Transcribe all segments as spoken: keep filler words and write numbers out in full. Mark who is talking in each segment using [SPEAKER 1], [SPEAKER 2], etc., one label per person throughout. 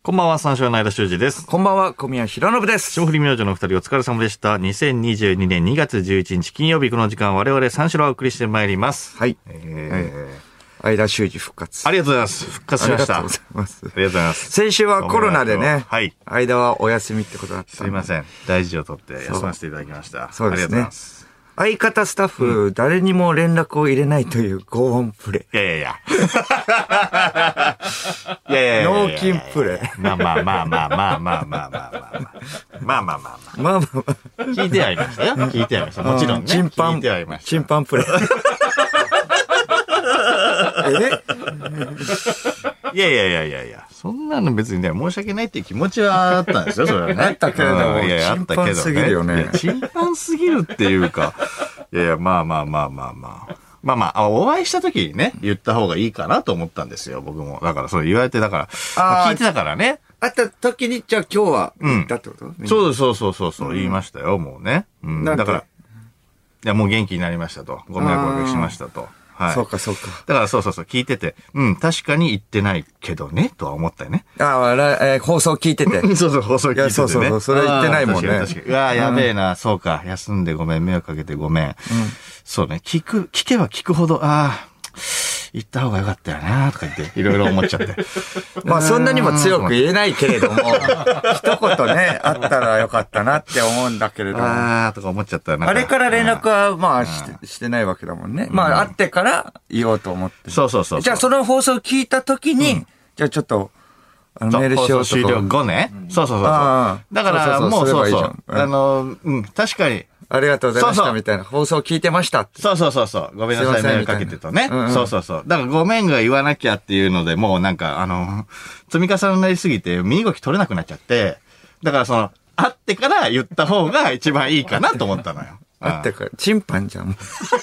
[SPEAKER 1] こんばんは、三四郎の間修二です。
[SPEAKER 2] こんばんは、小宮浩信です。
[SPEAKER 1] 霜降り明星の二人お疲れ様でした。にせんにじゅうにねんにがつじゅういちにち金曜日この時間、我々三四郎をお送りしてまいります。
[SPEAKER 2] はい。
[SPEAKER 1] え
[SPEAKER 2] ー、間修二復活。
[SPEAKER 1] ありがとうございます。復活しました。
[SPEAKER 2] ありがとうございます。
[SPEAKER 1] ありがとうございます。
[SPEAKER 2] 先週はコロナでね、
[SPEAKER 1] はい。
[SPEAKER 2] 間はお休みってことだった。
[SPEAKER 1] すいません。大事をとって休ませていただきました。
[SPEAKER 2] そうですね。ありがとうございます。相方スタッフ、うん、誰にも連絡を入れないという拷問プレイ。
[SPEAKER 1] いやいやいや。いやいやいや。
[SPEAKER 2] 脳筋プレイ。
[SPEAKER 1] まあまあまあまあまあまあまあまあまあまあ。まあまあまあまあ。
[SPEAKER 2] まあまあまあ。
[SPEAKER 1] 聞いてはいましたよ。聞いてはいました。もちろんね。
[SPEAKER 2] チンパン。
[SPEAKER 1] 聞いてはいました。
[SPEAKER 2] チンパンプレイ。
[SPEAKER 1] えいやいやいやいやいや。そんなの別にね、申し訳ないっていう気持ちはあったんですよ、それはね。
[SPEAKER 2] あったけれども。
[SPEAKER 1] いやいや、あったけどね。
[SPEAKER 2] チンパンすぎるよね。
[SPEAKER 1] チンパンすぎるっていうか。いやいや、まあまあまあまあまあ。まあまあ、お会いした時にね、言った方がいいかなと思ったんですよ、僕も。だから、そう言われて、だから、まあ、聞いてたからね。
[SPEAKER 2] 会った時に、じゃあ今日は言ったってこと、
[SPEAKER 1] うん、そうそうそうそうそう、言いましたよ、もうね。うん、だから、いや、もう元気になりましたと。ご迷惑をおかけしましたと。はい。
[SPEAKER 2] そうか、そうか。
[SPEAKER 1] だからそうそうそう、聞いてて、うん、確かに言ってないけどね、とは思ったよね。
[SPEAKER 2] ああ、えー、放送聞いてて。
[SPEAKER 1] そうそう、放送聞いてて、ね。
[SPEAKER 2] そうそうそう、それ言ってないもんね。
[SPEAKER 1] 確かに確かに。うわー、やべえな、うん、そうか、休んでごめん、迷惑かけてごめん。うん、そうね、聞く、聞けば聞くほど、ああ、言った方がよかったよな、とか言って、いろいろ思っちゃって。
[SPEAKER 2] まあそんなにも強く言えないけれども、一言ね、あったらよかったなって思うんだけれども。
[SPEAKER 1] ああ、とか思っちゃったな。
[SPEAKER 2] あれから連絡はまあして、してないわけだもんね。まあ会ってから言おうと思って。
[SPEAKER 1] そうそうそう。
[SPEAKER 2] じゃあその放送聞いたときに、じゃあちょっと、あのメールしようとか。
[SPEAKER 1] 終了後ね。そうそうそう。だからもうそうそう。あの、うん、確かに。
[SPEAKER 2] ありがとうございましたみたいな放送聞いてましたって。
[SPEAKER 1] そうそうそうそう。ごめんなさい、迷惑かけてとね。うんうん、そうそうそう。だからごめんが言わなきゃっていうので、もうなんか、あの、積み重なりすぎて身動き取れなくなっちゃって、だからその、会ってから言った方が一番いいかなと思ったのよ。
[SPEAKER 2] 会ってから、チンパンじゃん。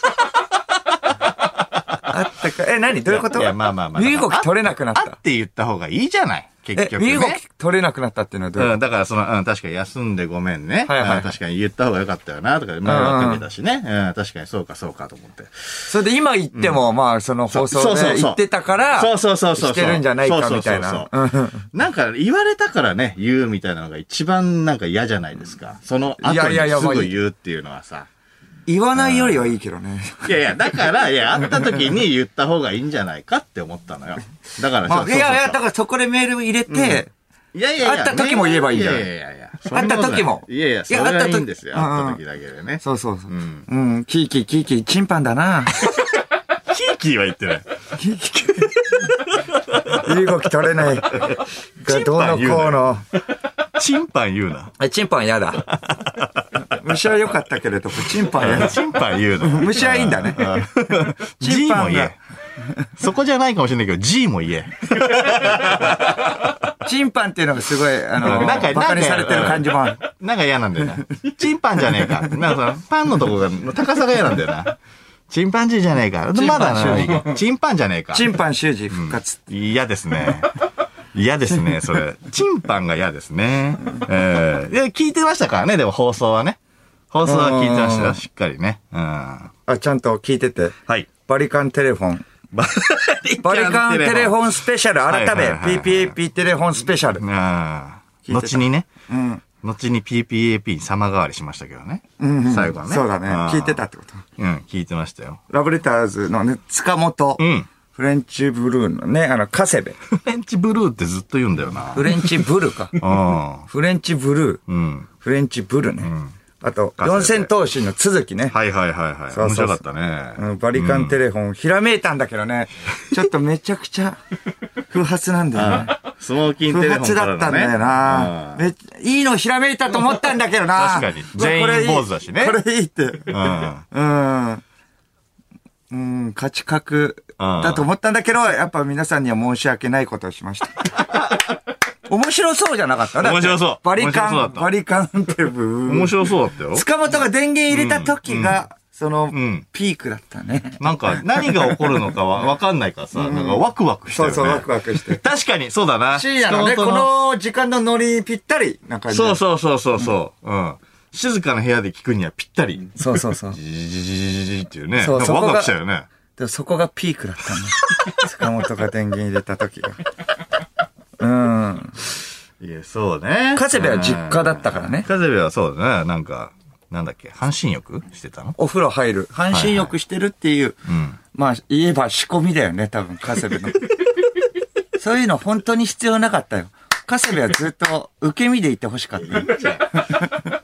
[SPEAKER 2] 会ってから、え、何どういうこと？
[SPEAKER 1] いや、まあまあまあ。
[SPEAKER 2] 身動き取れなくなった。
[SPEAKER 1] 会って言った方がいいじゃない。結局、ね。
[SPEAKER 2] 身動き取れなくなったっていうのはどういうこと？
[SPEAKER 1] うん、だからその、うん、確かに休んでごめんね。
[SPEAKER 2] はいはい、はい。
[SPEAKER 1] 確かに言った方がよかったよな、とか、迷惑かけたしね。うん、うん、確かにそうかそうかと思って。
[SPEAKER 2] それで今言っても、うん、まあその放送で言ってたから、
[SPEAKER 1] そうそうそうそう。
[SPEAKER 2] してるんじゃないかみたいな。
[SPEAKER 1] なんか言われたからね、言うみたいなのが一番なんか嫌じゃないですか。その後にすぐ言うっていうのはさ。
[SPEAKER 2] 言わないよりはいいけどね。
[SPEAKER 1] いやいや、だから、いや、会った時に言った方がいいんじゃないかって思ったのよ。だから、
[SPEAKER 2] まあ、いやいや、だからそこでメール入れて、
[SPEAKER 1] うん、いやいやいや、
[SPEAKER 2] 会った時も言えばいいじゃん。
[SPEAKER 1] いやいやいや、
[SPEAKER 2] 会った時も。
[SPEAKER 1] いやいや、それがいいんですよ。会った時だけでね。
[SPEAKER 2] そうそうそう。うん、うん、キーキーキーキー、チンパンだな。
[SPEAKER 1] キーキーは言ってない。キーキ
[SPEAKER 2] ー。身動き取れない。がどうのこうの。
[SPEAKER 1] チンパン言うな。
[SPEAKER 2] え、チンパン嫌だ。虫は良かったけれど、チンパン嫌だ。
[SPEAKER 1] チンパン言うな。
[SPEAKER 2] 虫はいいんだね。
[SPEAKER 1] G も言え。そこじゃないかもしれないけど、G も言え。
[SPEAKER 2] チンパンっていうのがすごい、あの、バカにされてる感じもある。
[SPEAKER 1] なんか嫌なんだよな。チンパンじゃねえか。なんかその、パンのとこが、高さが嫌なんだよな。チンパンジーじゃねえか。まだな、チンパンじゃねえか。
[SPEAKER 2] チンパン習字復活。
[SPEAKER 1] 嫌ですね。嫌ですね、それ。チンパンが嫌ですね。ええ。聞いてましたからね、でも放送はね。放送は聞いてましたよ、しっかりね。うん。あ、
[SPEAKER 2] ちゃんと聞いてて。
[SPEAKER 1] はい。
[SPEAKER 2] バリカンテレフォン。バリカンテレフォンスペシャル、改め、ピーピーエーピー テレフォンスペシャル。
[SPEAKER 1] ああ。後にね。うん。後に ピーピーエーピー に様変わりしましたけどね。うん。最後はね。
[SPEAKER 2] そうだね。聞いてたってこと？
[SPEAKER 1] うん、聞いてましたよ。
[SPEAKER 2] ラブレターズのね、塚本。うん。フレンチブルーのね、あの、カセベ。
[SPEAKER 1] フレンチブルーってずっと言うんだよな。
[SPEAKER 2] フレンチブルーか。うん。フレンチブルー。うん。フレンチブルーね。うん。あと、四千頭身の続きね。
[SPEAKER 1] はいはいはいはい。面白かったね。
[SPEAKER 2] うん。バリカンテレフォン、ひらめいたんだけどね。ちょっとめちゃくちゃ、不発なんだよね。
[SPEAKER 1] スモーキンテレフォン。
[SPEAKER 2] 不発だったんだよな。めいいのひらめいたと思ったんだけどな。
[SPEAKER 1] 確かに。全員坊主だしね。
[SPEAKER 2] これいいって。うん。うん。うん、価値格だと思ったんだけど、やっぱ皆さんには申し訳ないことをしました。面白そうじゃなかったね。
[SPEAKER 1] 面白そう。
[SPEAKER 2] バリカン、バリカンってブー。
[SPEAKER 1] 面白そうだったよ。
[SPEAKER 2] 塚本が電源入れた時が、うん、その、うん、ピークだったね。
[SPEAKER 1] なんか、何が起こるのかはわかんないからさ、うん、なんかワクワクしてる、ね。そう
[SPEAKER 2] そう、ワクワクして。
[SPEAKER 1] 確かに、そうだな。
[SPEAKER 2] 深夜のね、この時間のノリぴったりな感じ。
[SPEAKER 1] そうそうそうそうそう、うん。うん。静かな部屋で聞くにはぴったり。
[SPEAKER 2] そうそうそう。
[SPEAKER 1] じじじじじじっていうね。そうそう。ワクワクしたよね。
[SPEAKER 2] でもそこがピークだったね。塚本が電源入れた時が。うん。
[SPEAKER 1] いや、そうね。
[SPEAKER 2] 加瀬部は実家だったからね。
[SPEAKER 1] 加瀬部はそうだね。なんか、なんだっけ、半身浴してたの？
[SPEAKER 2] お風呂入る。半身浴してるっていう。
[SPEAKER 1] はいはい、うん。
[SPEAKER 2] まあ、言えば仕込みだよね、多分、加瀬部の。そういうの本当に必要なかったよ。加瀬部はずっと受け身でいてほしかった。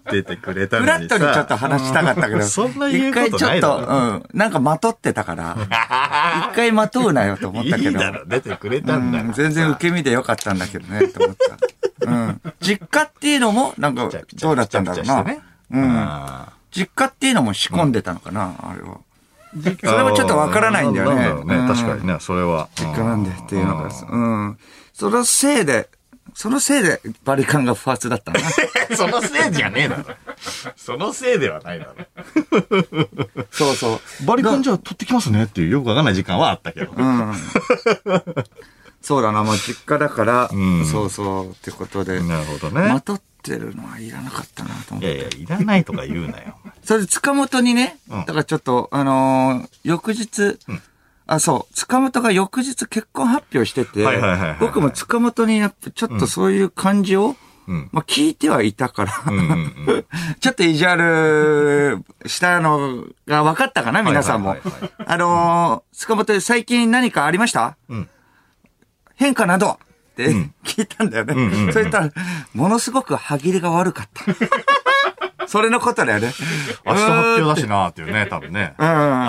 [SPEAKER 1] 出てくれたのにさ。
[SPEAKER 2] フラットにちょっと話したかったけど。
[SPEAKER 1] そんな言うことないだろ。
[SPEAKER 2] 一回ちょっと、うん。なんかまとってたから。一回まとうなよと思ったけど。い
[SPEAKER 1] いだろ、出てくれたんだよ、
[SPEAKER 2] うん。全然受け身でよかったんだけどね、と思った。うん。実家っていうのも、なんか、どうだったんだろうな。ね、うん。実家っていうのも仕込んでたのかな、うん、あれは。それもちょっとわからないんだよね。
[SPEAKER 1] なんだろうね、うん、確かにね、それは。
[SPEAKER 2] 実家なんでっていうのが、うん。そのせいで、そのせいでバリカンが不発だったな。
[SPEAKER 1] そのせいじゃねえだろ。そのせいではないだろ。
[SPEAKER 2] そうそう。
[SPEAKER 1] バリカンじゃあ取ってきますねっていうよくわかんない時間はあったけど。うん。
[SPEAKER 2] そうだな、まあ実家だから、うん、そうそうってことで。
[SPEAKER 1] なるほどね。
[SPEAKER 2] まとってるのはいらなかったなと思って。
[SPEAKER 1] いやいや、いらないとか言うなよ。
[SPEAKER 2] それで塚本にね、うん、だからちょっと、あのー、翌日、うん、あ、そう、塚本が翌日結婚発表してて、僕も塚本にやっぱちょっとそういう感じを、うん、まあ聞いてはいたから、うんうんうん、ちょっと意地悪したのが分かったかな、皆さんも。あのー、塚本最近何かありました、うん、変化などって聞いたんだよね。うんうんうんうん、そしたら、ものすごく歯切れが悪かった。それのことだよね。
[SPEAKER 1] 明日発表だしなーっていうね、多分ね。うん、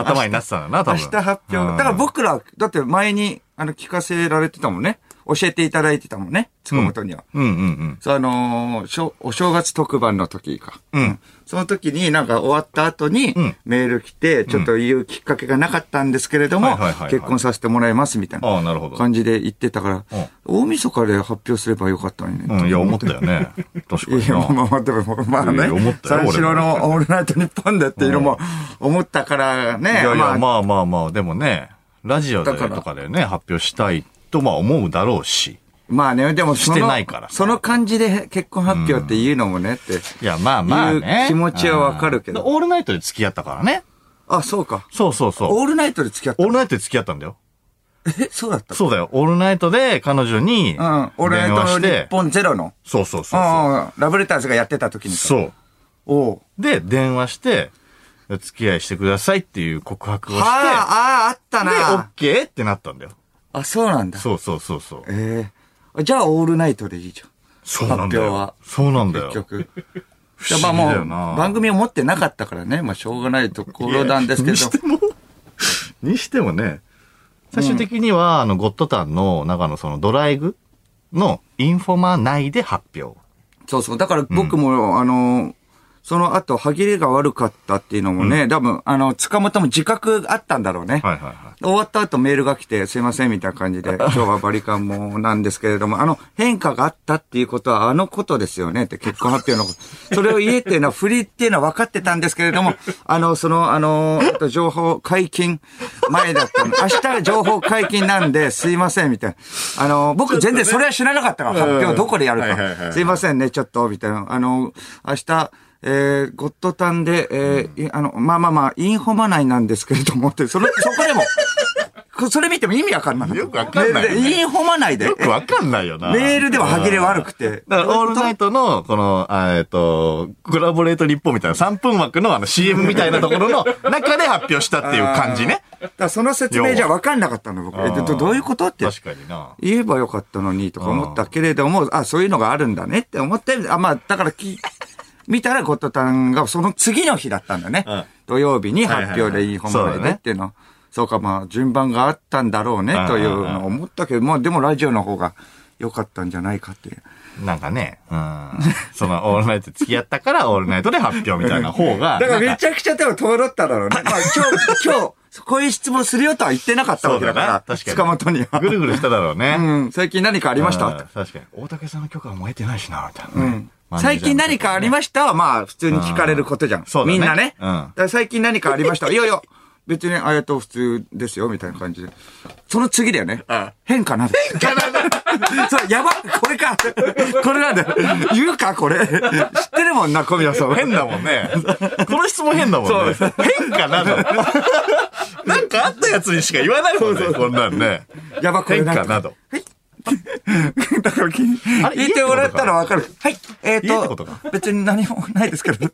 [SPEAKER 1] 頭になってたんだな、多分。
[SPEAKER 2] 明日発表。だから僕ら、だって前に、あの、聞かせられてたもんね。教えていただいてたもんね。塚本には。うん、うん、うんうん。そう、あのー、お正月特番の時か。うん。その時になんか終わった後に、メール来て、ちょっと言うきっかけがなかったんですけれども、結婚させてもらいますみたいな感じで言ってたから、大晦日で発表すればよかったのにね。
[SPEAKER 1] うん、いや、思ったよね。確かに。
[SPEAKER 2] いや、まあまあ、でも、まあね。思ったよ。三四郎のオールナイトニッポンでっていうのも思ったからね。い
[SPEAKER 1] やいや、まあまあまあ、でもね、ラジオでとかでね、発表したいとまあ思うだろうし。
[SPEAKER 2] まあね、でもその、
[SPEAKER 1] してないから
[SPEAKER 2] その感じで結婚発表って言うのもねって。い
[SPEAKER 1] や、まあまあね。
[SPEAKER 2] 気持ちはわかるけど。
[SPEAKER 1] オールナイトで付き合ったからね。
[SPEAKER 2] あ、そうか。
[SPEAKER 1] そうそうそう。
[SPEAKER 2] オールナイトで付き合った。
[SPEAKER 1] オールナイトで付き合ったんだよ。
[SPEAKER 2] え、そうだった
[SPEAKER 1] そうだよ。オールナイトで彼女に電話して。うん。オールナイトの日
[SPEAKER 2] 本ゼロの。
[SPEAKER 1] そうそうそうそう。
[SPEAKER 2] ああ、ラブレターズがやってた時に。
[SPEAKER 1] そう。おう。で、電話して、付き合いしてくださいっていう告白をして。ああ、
[SPEAKER 2] ああ、あったな。
[SPEAKER 1] で、オッケーってなったんだよ。
[SPEAKER 2] あ、そうなんだ。
[SPEAKER 1] そうそうそうそう。
[SPEAKER 2] ええー。じゃあ、オールナイトでいいじゃん。
[SPEAKER 1] そうなんだよ。発表は。そうなんだよ。
[SPEAKER 2] 結局。じゃあ、まあもう、番組を持ってなかったからね。まあ、しょうがないところなんですけど。に
[SPEAKER 1] しても、にしてもね、最終的には、うん、あの、ゴッドタンの中のそのドライブのインフォマ内で発表。
[SPEAKER 2] そうそう。だから僕も、うん、あの、その後、歯切れが悪かったっていうのもね、うん、多分、あの、塚本も自覚あったんだろうね。はいはいはい。終わった後メールが来て、すいませんみたいな感じで、今日はバリカンもなんですけれども、あの、変化があったっていうことはあのことですよねって結婚発表のこと。それを言えっていうのは、振りっていうのは分かってたんですけれども、あの、その、あの、あと情報解禁前だったの。明日情報解禁なんで、すいませんみたいな。あの、僕全然それは知らなかったから、発表どこでやるか。すいませんね、ちょっと、みたいな。あの、明日、えー、ゴッドタンで、えー、うん、あの、まあまあまあ、インフォマ内なんですけれどもって、その、そこでも、それ見ても意味わかんない。
[SPEAKER 1] よくわかんない、ね。
[SPEAKER 2] インフォマ内で。
[SPEAKER 1] よくわかんないよな。
[SPEAKER 2] メールでは歯切れ悪くて。
[SPEAKER 1] だから、オールナイトの、この、えっと、コラボレート日本みたいなさんぷん枠のあの シーエム みたいなところの中で発表したっていう感じね。
[SPEAKER 2] だからその説明じゃわかんなかったの、僕。え、ど、どういうことって。
[SPEAKER 1] 確かにな。
[SPEAKER 2] 言えばよかったのに、とか思ったけれども、あ、そういうのがあるんだねって思って、あ、まあ、だからき、見たらゴッドタンがその次の日だったんだね。うん、土曜日に発表でいい本番でっていうの。はいはいはい、そうか、まあ、順番があったんだろうね、というのを思ったけど、まあ、でもラジオの方が良かったんじゃないかっていう。
[SPEAKER 1] なんかね、うん。その、オールナイト付き合ったから、オールナイトで発表みたいな方が。
[SPEAKER 2] だからめちゃくちゃ多分通っただろうね。まあ、今日、今日、こういう質問するよとは言ってなかったわけだから。確かに。塚本には。
[SPEAKER 1] ぐるぐるしただろうね。
[SPEAKER 2] うん。最近何かありました
[SPEAKER 1] 確かに。大竹さんの許可はもう得てないしな、みたいな、ね。うん。
[SPEAKER 2] 最近何かありましたは、まあ、普通に聞かれることじゃん。そうだね。みんなね。うん。だから最近何かありましたいやいや、別にあやと普通ですよ、みたいな感じで。その次だよね。ああ変かな
[SPEAKER 1] 変かな
[SPEAKER 2] そう、やばこれかこれなんだよ。言うかこれ知ってるもんな、小宮さん。
[SPEAKER 1] 変だもんね。この質問変だもんね。変かなど。なんかあったやつにしか言わないもんね、こんなんね。
[SPEAKER 2] やばこれ
[SPEAKER 1] 変かなど。
[SPEAKER 2] だから聞いてもらったらわかる。はい。えっと、別に何もないですけど。はい。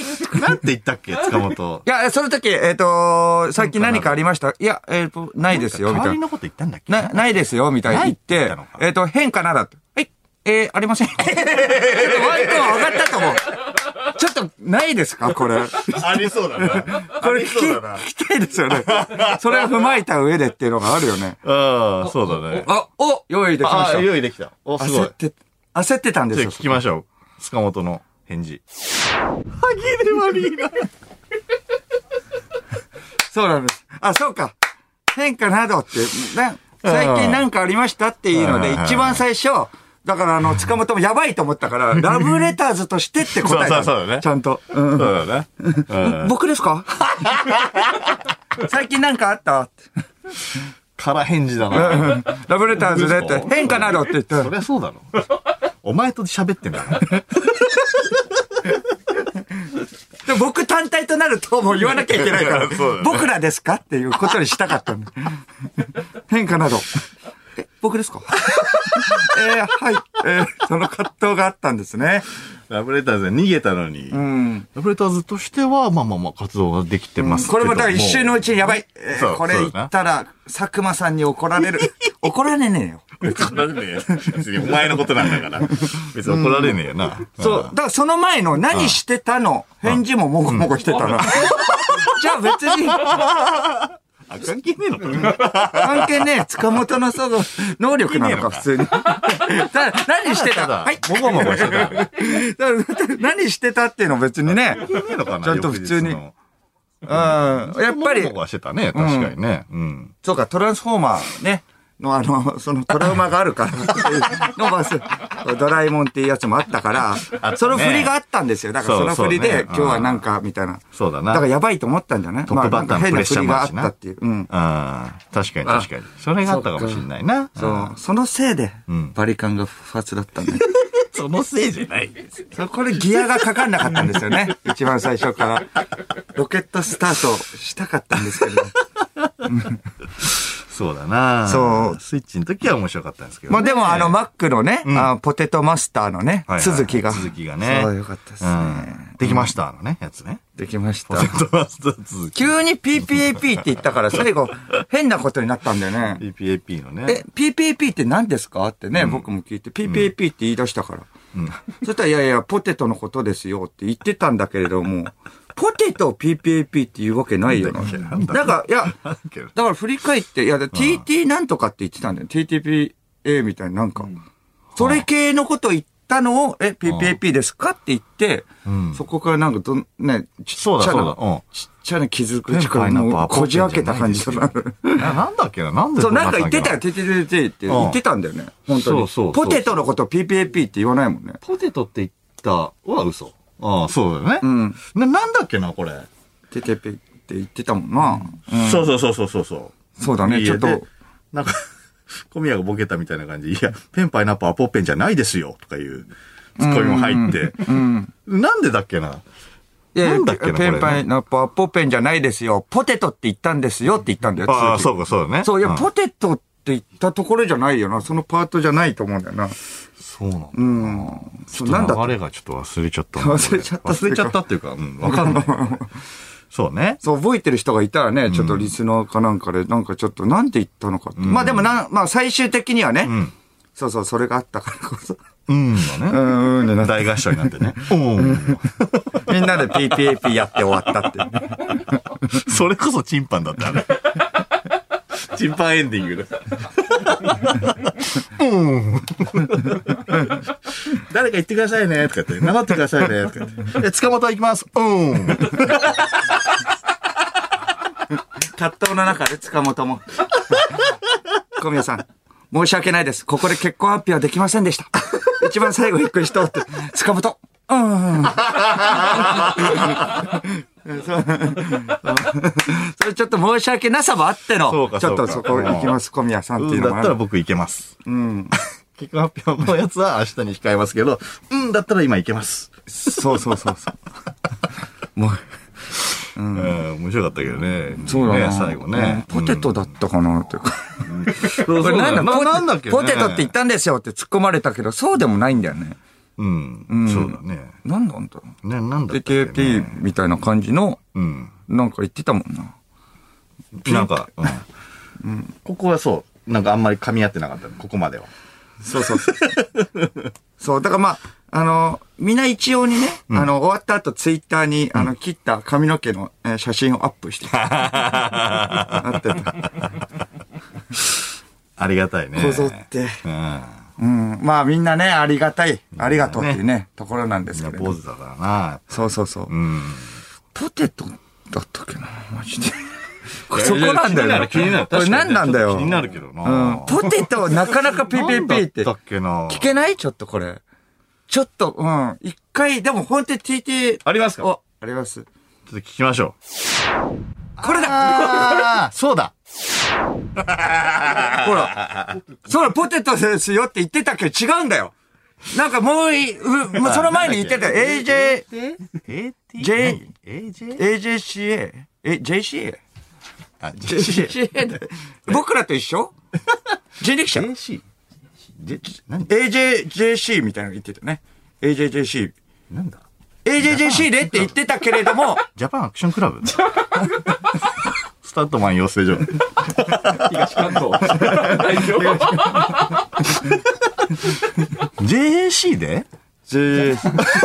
[SPEAKER 1] なんて言ったっけ、塚本。
[SPEAKER 2] いや、その時、えっと、最近何かありましたいや、えっと、ないですよ、みたいな。
[SPEAKER 1] 代わりのこと言ったんだっけ
[SPEAKER 2] な、ないですよ、みたいに言って、えっと、変かなだって。はい。えー、ありません。ちょっとワントーン上がったと思う。ちょっと、ないですかこれ。
[SPEAKER 1] ありそうだな。
[SPEAKER 2] これ聞き、聞きたいですよね。それを踏まえた上でっていうのがあるよね。
[SPEAKER 1] ああ、そうだね。
[SPEAKER 2] あ、お、用意できました。
[SPEAKER 1] あ、用意できた。お、すごい。
[SPEAKER 2] 焦って、焦ってたんですよ。
[SPEAKER 1] 聞きましょう。塚本の返事。歯切れ悪いな。
[SPEAKER 2] そうなんです。あ、そうか。変化などって、な最近なんかありましたっていうので、一番最初、だからあの、塚本もやばいと思ったから、ラブレターズとしてって答えた。
[SPEAKER 1] そうそうそうだね。
[SPEAKER 2] ちゃんと。
[SPEAKER 1] うん、そうだね。
[SPEAKER 2] 僕ですか最近なんかあった
[SPEAKER 1] 空返事だな。
[SPEAKER 2] ラブレターズでって、変化などって言って。
[SPEAKER 1] そりゃそうだろ。お前と喋ってんだよ。
[SPEAKER 2] で僕単体となるともう言わなきゃいけないから、ね、僕らですかっていうことにしたかったんだ。変化など。え、僕ですかえー、はい。えー、その葛藤があったんですね。
[SPEAKER 1] ラブレターズで逃げたのに、うん、ラブレターズとしては、まあまあまあ活動ができてますけど、うん、
[SPEAKER 2] これもだから一瞬のうちにやばい。えー、これ言ったら、佐久間さんに怒られる。怒られねえよ。
[SPEAKER 1] 怒られねえよ。別にお前のことなんだから。別に怒られねえよな。うん、
[SPEAKER 2] そう。だからその前の何してたの返事ももごもごしてたな。じゃあ別に。
[SPEAKER 1] あ、関係ねえのか
[SPEAKER 2] 関係ねえ。塚本のその能力なのか、普通に。何してた
[SPEAKER 1] はい。もごもごしてた。
[SPEAKER 2] 何してたっていうの別にね。ちゃんと普通に。うん。やっぱり。
[SPEAKER 1] もごもごしてたね。確かにね。うん。
[SPEAKER 2] そうか、トランスフォーマーね。のあの、そのトラウマがあるからのバス、ドラえもんっていうやつもあったから、ね、その振りがあったんですよ。だからその振りで、そうそうね、今日はなんか、みたいな。
[SPEAKER 1] そうだな。
[SPEAKER 2] だからやばいと思ったんじゃない
[SPEAKER 1] トップバッターのプレッシャーもあ
[SPEAKER 2] ったな。っていう。うん。
[SPEAKER 1] ああ、確かに確かに。それがあったかもしれないな。
[SPEAKER 2] そう。そのせいで、バリカンが不発だったんで。
[SPEAKER 1] そのせいじゃないですよ。
[SPEAKER 2] そこでギアがかかんなかったんですよね。一番最初から。ロケットスタートしたかったんですけど。
[SPEAKER 1] そうだなそう。スイッチの時は面白かったんですけど、ね。
[SPEAKER 2] まあでもあの、マックのね、うん、あポテトマスターのね、はいはい、続きが。
[SPEAKER 1] 続きがね。
[SPEAKER 2] そう、よかったですね、うん。
[SPEAKER 1] できましたのね、やつね。
[SPEAKER 2] できました。
[SPEAKER 1] ポテトマスター続き。
[SPEAKER 2] 急に ピーピーエーピー って言ったから、最後、変なことになったんだよね。
[SPEAKER 1] ピーピーエーピー のね。
[SPEAKER 2] え、ピーピーエーピー って何ですかってね、うん、僕も聞いて、ピーピーエーピー って言い出したから。うん、そしたら、いやいや、ポテトのことですよって言ってたんだけれども、ポテトを ピーピーエーピー って言うわけないよな。なんか、いや、だから振り返って、いや、ティーティー なんとかって言ってたんだよ。ティーティーピーエー みたいな、なんか、うん、それ系のこと言ったのを、え、ピーピーエーピー ですかって言って、うん、そこからなんかどん、ね、ちっちゃな、ちっちゃな傷口からもうこじ開けた感じだな。
[SPEAKER 1] なんだっけななんで
[SPEAKER 2] そう、なんか言ってたよ、ティーティーティーって言ってたんだよね。本当に。そうそう。ポテトのことを ピーピーエーピー って言わないもんね。
[SPEAKER 1] ポテトって言ったは嘘。ああ、そうだよね。うん。な、なんだっけな、これ。
[SPEAKER 2] テテペって言ってたもんな。
[SPEAKER 1] うん、そうそうそうそうそう。
[SPEAKER 2] そうだね、ちょっと。
[SPEAKER 1] なんか、小宮がボケたみたいな感じで、いや、ペンパイナップアポッペンじゃないですよ、とかいうツッコミも入って。うん。なんでだっけな。
[SPEAKER 2] いや、なんだっけな、ペンパイナップアポッペンじゃないですよ。ポテトって言ったんですよって言ったんだよ。
[SPEAKER 1] ああ、そうか、そうだね。
[SPEAKER 2] そう、いや、ポテトって言ったところじゃないよな。そのパートじゃないと思うんだよな。
[SPEAKER 1] そうなんだ。
[SPEAKER 2] うん。
[SPEAKER 1] ちょっと流れがちょっと忘れちゃった。
[SPEAKER 2] 忘れちゃった。
[SPEAKER 1] 忘れちゃったっていうか、うん、わかんない。そうね。
[SPEAKER 2] そう、覚えてる人がいたらね、ちょっとリスナーかなんかで、なんかちょっとなんて言ったのかって。うん、まあでもな、まあ最終的にはね、うん、そうそう、それがあったからこそ。
[SPEAKER 1] うんだね。うん、大合唱になってね。うん。
[SPEAKER 2] みんなで ピーピーエーピー やって終わったっていうね。
[SPEAKER 1] それこそチンパンだったね。チンパンエンディングです。うん。誰か言ってくださいね、とか言って。名乗ってくださいね、とか言って。え、塚本行きます。うん。
[SPEAKER 2] 葛藤の中で塚本も。小宮さん、申し訳ないです。ここで結婚発表はできませんでした。一番最後ひっくりしとって。塚本。うん。それちょっと申し訳なさもあっての。
[SPEAKER 1] そうかそうか
[SPEAKER 2] ちょっとそこ行きます、小宮さんっていうのも。
[SPEAKER 1] だったら僕行けます。うん。結婚発表のやつは明日に控えますけど、うんだったら今行けます。
[SPEAKER 2] そうそうそうそう。もう。
[SPEAKER 1] うん、面白かったけどね。
[SPEAKER 2] そうだね。
[SPEAKER 1] 最後ね。
[SPEAKER 2] ポテトだったかなって。 これなんだ、ポ
[SPEAKER 1] なんだっけね
[SPEAKER 2] ポテトって言ったんですよって突っ込まれたけど、そうでもないんだよね。
[SPEAKER 1] うん。うん、そうだね。
[SPEAKER 2] なんなんだろ
[SPEAKER 1] う。ね、なんだっけ、ね。
[SPEAKER 2] ケーピー みたいな感じの、うん。なんか言ってたもんな。
[SPEAKER 1] なんか、うん。うん、ここはそう。なんかあんまり噛み合ってなかったここまでは。
[SPEAKER 2] そうそうそう。そう、だからまあ、あの、みんな一応にね、うん、あの、終わった後ツイッターに、うん、あの、切った髪の毛の、えー、写真をアップしてた。あってた。
[SPEAKER 1] ありがたいね。
[SPEAKER 2] こぞって。うん。うん。まあみんなね、ありがたい。ありがとうっていうね、ところなんですけど、ね。
[SPEAKER 1] 坊主だからな。
[SPEAKER 2] そうそうそう。うん。ポテトだったっけな、マジで。
[SPEAKER 1] そこなんだよね。気になる。
[SPEAKER 2] これ何なんだよ。
[SPEAKER 1] 気になるけどな。
[SPEAKER 2] うん。ポテトなかなかピピピって。
[SPEAKER 1] だっけな。
[SPEAKER 2] 聞けないちょっとこれ。ちょっと、うん。一回、でも本当に ティーティー。
[SPEAKER 1] ありますか？
[SPEAKER 2] お、あります。ちょ
[SPEAKER 1] っと聞きましょ
[SPEAKER 2] う。これだ
[SPEAKER 1] ああそうだ
[SPEAKER 2] ほら。そうだ、ポテトですよって言ってたけど違うんだよ。なんかもうい、う、その前に言ってたよ。エージェー、J、エージェーシーエー? え、ジェーシーエー?
[SPEAKER 1] あ、ジェーシーエー
[SPEAKER 2] 僕らと一緒人力車
[SPEAKER 1] ジェーシー?
[SPEAKER 2] エージェージェーシー みたいなの言ってたね。エージェージェーシー。
[SPEAKER 1] なんだ
[SPEAKER 2] エージェージェーシー でって言ってたけれども。
[SPEAKER 1] ジャパンアクションクラブスタットマン養成所。東関東。ジェーシー で
[SPEAKER 2] J、エー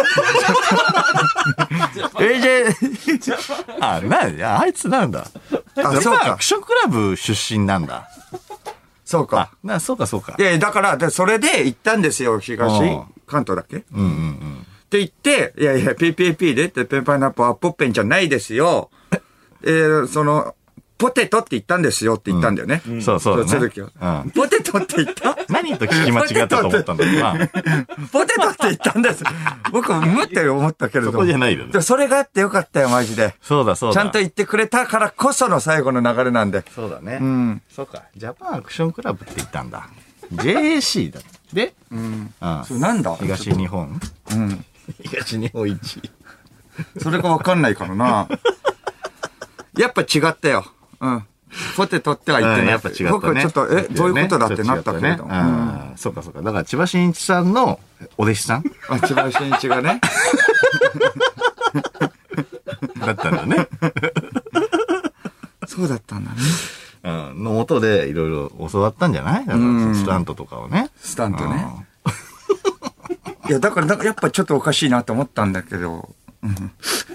[SPEAKER 2] ジェー、
[SPEAKER 1] あ、な、いや、あいつなんだ。あ、そうか。アクションクラブ出身なんだ。
[SPEAKER 2] そうか。
[SPEAKER 1] な、そうか、そうか。
[SPEAKER 2] いや、だから、それで行ったんですよ、東関東だっけ
[SPEAKER 1] うんうんうん。
[SPEAKER 2] って言って、いやいや、ピーピーピー でって、ペンパイナップルアッポッペンじゃないですよ。えー、その、ポテトって言ったんですよって言ったんだよね。
[SPEAKER 1] うん、そうそう、ね。
[SPEAKER 2] 続きは、うん。ポテトって言った
[SPEAKER 1] 何と聞き間違ったと思ったんだろうな。
[SPEAKER 2] ポテトって言ったんです。僕、無って思ったけれども。
[SPEAKER 1] そこじゃないよね。
[SPEAKER 2] それがあってよかったよ、マジで。
[SPEAKER 1] そうだそうだ。
[SPEAKER 2] ちゃんと言ってくれたからこその最後の流れなんで。
[SPEAKER 1] そうだね。
[SPEAKER 2] うん。
[SPEAKER 1] そうか。ジャパンアクションクラブって言ったんだ。ジェーシー だ。で、
[SPEAKER 2] うん。うん。それなんだ
[SPEAKER 1] 東日本
[SPEAKER 2] うん。
[SPEAKER 1] 東日本一。
[SPEAKER 2] それがわかんないからな。やっぱ違ったよ。うん。ポテトっては言ってない。
[SPEAKER 1] やっぱ違ったね。
[SPEAKER 2] 僕はちょっと、え、どういうことだってなったけれど。
[SPEAKER 1] うん。そうかそうか。だから千葉真一さんのお弟子さん
[SPEAKER 2] あ、千葉真一がね。
[SPEAKER 1] だったんだね。
[SPEAKER 2] そうだったんだね。
[SPEAKER 1] うん。のもとでいろいろ教わったんじゃないだからスタントとかをね。
[SPEAKER 2] スタントね。いや、だから、やっぱちょっとおかしいなと思ったんだけど。うん、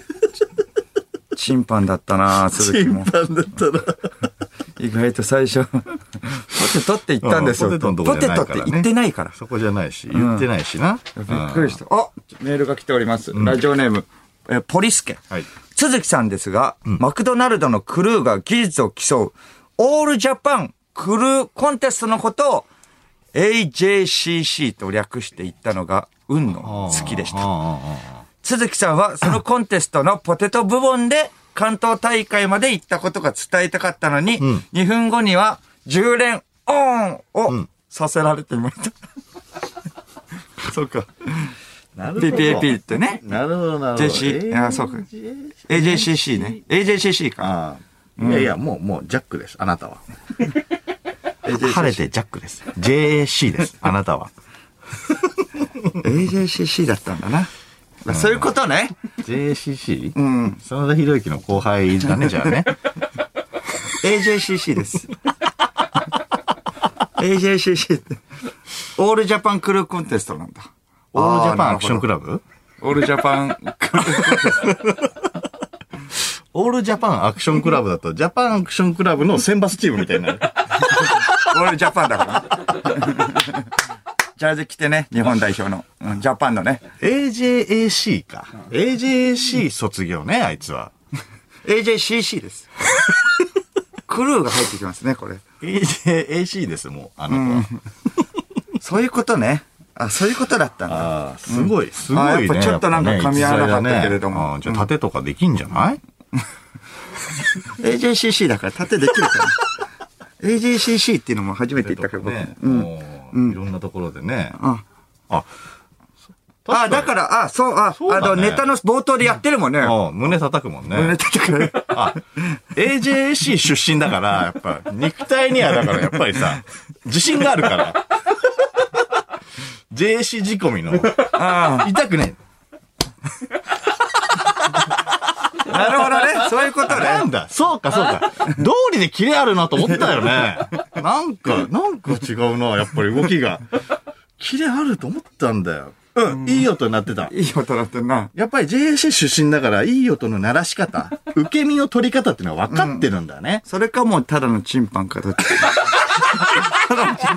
[SPEAKER 2] 審判だったな、鈴木も。
[SPEAKER 1] 審判だったな。
[SPEAKER 2] 意外と最初、ポテトって言ったんですよ。
[SPEAKER 1] ポテトのと
[SPEAKER 2] こ
[SPEAKER 1] じゃないから、ね。
[SPEAKER 2] ポテトって言ってないから。
[SPEAKER 1] そこじゃないし、言ってないしな。
[SPEAKER 2] うん、びっくりした。あ、メールが来ております。うん、ラジオネーム、えポリスケ。はい、鈴木さんですが、うん、マクドナルドのクルーが技術を競う、オールジャパンクルーコンテストのことを、エージェーシーシー と略して言ったのが、運の好きでした。鈴木さんはそのコンテストのポテト部門で関東大会まで行ったことが伝えたかったのに、うん、にふんごにはじゅう連オンをさせられていました。うん、そうか。
[SPEAKER 1] なるほど。
[SPEAKER 2] ピーピーピー ってね。
[SPEAKER 1] なるほど、なるほど。
[SPEAKER 2] ジェーシー、あ、そうか。エージェーシーシー ね。エージェーシーシー か。
[SPEAKER 1] ああいやいや、もう、もう、ジャックです。あなたは。晴れてジャックです。ジェーシー です。あなたは。
[SPEAKER 2] エージェーシーシー だったんだな。うん、そういうことね。
[SPEAKER 1] ジェーシーシー?
[SPEAKER 2] うん。
[SPEAKER 1] 真田広之の後輩だね、じゃあね。
[SPEAKER 2] エージェーシーシー です。エージェーシーシー って。オールジャパンクルーコンテストなんだ。
[SPEAKER 1] オールジャパンアクションクラブ
[SPEAKER 2] オールジャパンクルーコンテスト。
[SPEAKER 1] オールジャパンアクションクラブだと、ジャパンアクションクラブの選抜チームみたいになる。
[SPEAKER 2] オールジャパンだから。ジャージ着てね、日本代表の、うん、ジャパンのね。
[SPEAKER 1] エージェーエーシー か。エージェーシー 卒業ね、あいつは。
[SPEAKER 2] エージェーシーシー です。クルーが入ってきますね、これ。
[SPEAKER 1] エージェーエーシー です、もう、あの子は、うん。
[SPEAKER 2] そういうことね。あ、そういうことだったんだ。
[SPEAKER 1] ああ、すごい、すごいね。
[SPEAKER 2] あ、やっぱちょっとなんか噛み合わなかったけれども。
[SPEAKER 1] ね、じゃあ盾とかできんじゃない、
[SPEAKER 2] エージェーシーシー だから盾できるかな。エージェーシーシー っていうのも初めて言ったけど、
[SPEAKER 1] ね、うん、いろんなところでね。
[SPEAKER 2] あ、
[SPEAKER 1] あ、
[SPEAKER 2] あ、だから、あ、そう、あ、あの、ネタの冒頭でやってるもんね。
[SPEAKER 1] あ、胸叩くもんね。
[SPEAKER 2] 胸叩く。
[SPEAKER 1] あ、エージェーエーシー 出身だから、やっぱ、肉体にはだからやっぱりさ、自信があるから。ジェーエーシー 仕込みの。ああ。痛くね
[SPEAKER 2] え。なるほどね。そういうことね。
[SPEAKER 1] なんだ。そうか、そうか。道理でキレあるなと思ったよね。なんか、なんか違うな、やっぱり動きが。キレあると思ったんだよ。うん、いい音になってた。
[SPEAKER 2] いい音なってんな。
[SPEAKER 1] やっぱり ジェーエーシー 出身だから、いい音の鳴らし方、受け身の取り方っていうのは分かってるんだね。
[SPEAKER 2] うん、それかもうただのチンパンかどっちか。ただのチンパン。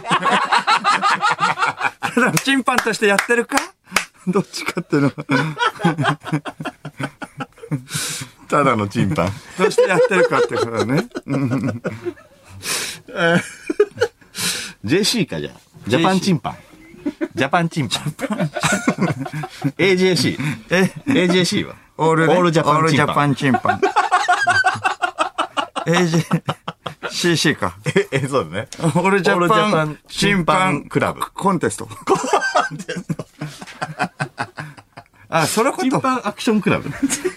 [SPEAKER 2] ただのチンパンとしてやってるかどっちかっていうのは。
[SPEAKER 1] ただのチンパン。
[SPEAKER 2] どうしてやってるかっていうことだね。
[SPEAKER 1] ジェーシー かじゃあ。ジャパンチンパン。ジャパンチンパン。エージェーシー。え エージェーシー は
[SPEAKER 2] オール、ね、
[SPEAKER 1] オールジャパンチンパン。
[SPEAKER 2] オールジャパンチンパン。エージェーシーシー か。
[SPEAKER 1] え、え、そうだね。
[SPEAKER 2] オールジャパンチンパンクラブ。コンテスト。コンテスト。あ、そのこと。
[SPEAKER 1] チンパンアクションクラブ。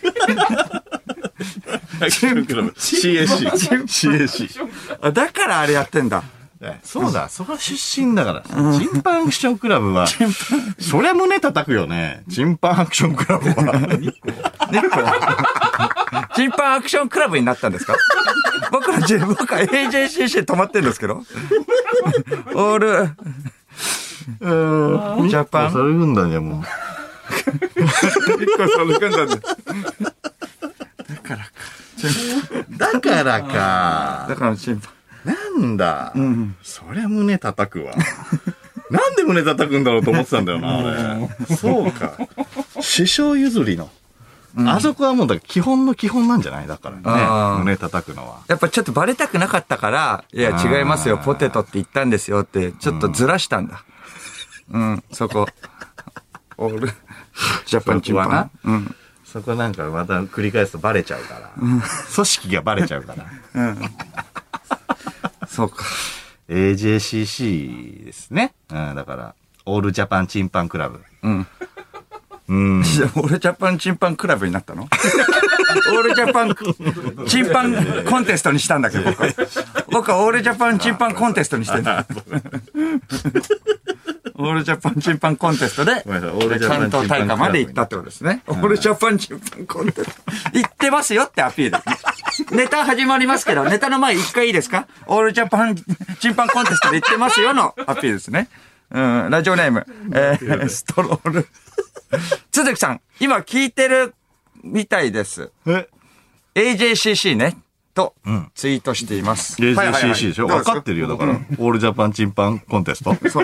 [SPEAKER 1] アクションクラブ。シーエーシー。シーエーシー。
[SPEAKER 2] あ、だからあれやってんだ。
[SPEAKER 1] そうだ、そこは出身だから。チンパンアクションクラブは、そりゃ胸叩くよね。チンパンアクションクラブは。にこ。
[SPEAKER 2] にこ。チンパンアクションクラブになったんですか？僕ら、僕は エージェーシーシー 止まってるんですけど。オール、
[SPEAKER 1] うん、ジャパン。それ組んだんじゃもう。
[SPEAKER 2] 一個それ組んだんだ。だからか。
[SPEAKER 1] だからか。
[SPEAKER 2] だからチンパン。
[SPEAKER 1] なんだ、うん、そりゃ胸叩くわ。なんで胸叩くんだろうと思ってたんだよな、あれ。そうか。師匠譲りの。うん、あそこはもうだ基本の基本なんじゃないだからね。胸叩くのは。
[SPEAKER 2] やっぱちょっとバレたくなかったから、いや違いますよ、ポテトって言ったんですよって、ちょっとずらしたんだ。うん、うん、そこ。オール、ジャパンチンパン。な。うん。
[SPEAKER 1] そこなんかまた繰り返すとバレちゃうから。うん、組織がバレちゃうから。うん。
[SPEAKER 2] そうか。
[SPEAKER 1] エージェーシーシー ですね。うん、だから、オールジャパンチンパンクラブ。うん。
[SPEAKER 2] うん。オールジャパンチンパンクラブになったの？オールジャパンチンパンコンテストにしたんだけど、僕は。僕はオールジャパンチンパンコンテストにしてんだ。オールジャパンチンパンコンテストで、関東大会まで行ったってことですね。オールジャパンチンパンコンテスト。行ってますよってアピール。ネタ始まりますけど、ネタの前一回いいですか？オールジャパンチンパンコンテストで行ってますよのアピールですね。うん、ラジオネーム、えー、ストロール。つづきさん、今聞いてるみたいです。え エージェーシーシー ね。と、ツイートしています。
[SPEAKER 1] エージェーシーシー でしょ？分かってるよ、だから。オールジャパンチンパンコンテスト。そう。